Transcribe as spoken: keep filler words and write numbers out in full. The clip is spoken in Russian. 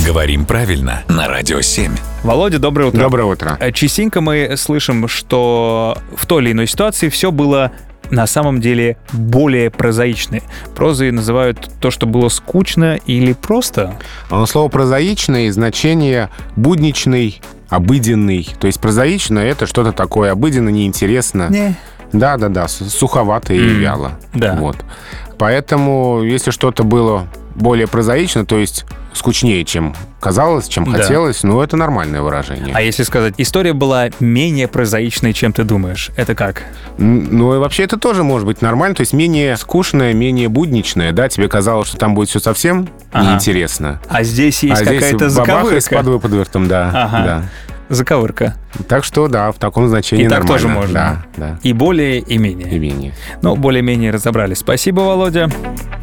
Говорим правильно на Радио семь. Володя, доброе утро. Доброе утро. Частенько мы слышим, что в той или иной ситуации все было на самом деле более прозаично. Прозой называют то, что было скучно или просто. Слово «прозаичное» значение будничный, обыденный. То есть прозаично — это что-то такое обыденно, неинтересно. Не. Да-да-да, суховато и Mm. вяло. Да. Вот. Поэтому, если что-то было более прозаично, то есть скучнее, чем казалось, чем Да. хотелось, ну, это нормальное выражение. А если сказать, история была менее прозаичной, чем ты думаешь, это как? Н- Ну, и вообще это тоже может быть нормально. То есть менее скучное, менее будничное, да? Тебе казалось, что там будет все совсем Ага. неинтересно. А здесь есть а здесь какая-то бабах и заковырка. с подвыподвертом, да. Ага. да. Заковырка. Так что, да, в таком значении И так нормально. тоже можно. Да, да. И более, и менее. И менее. Ну, более-менее разобрались. Спасибо, Володя.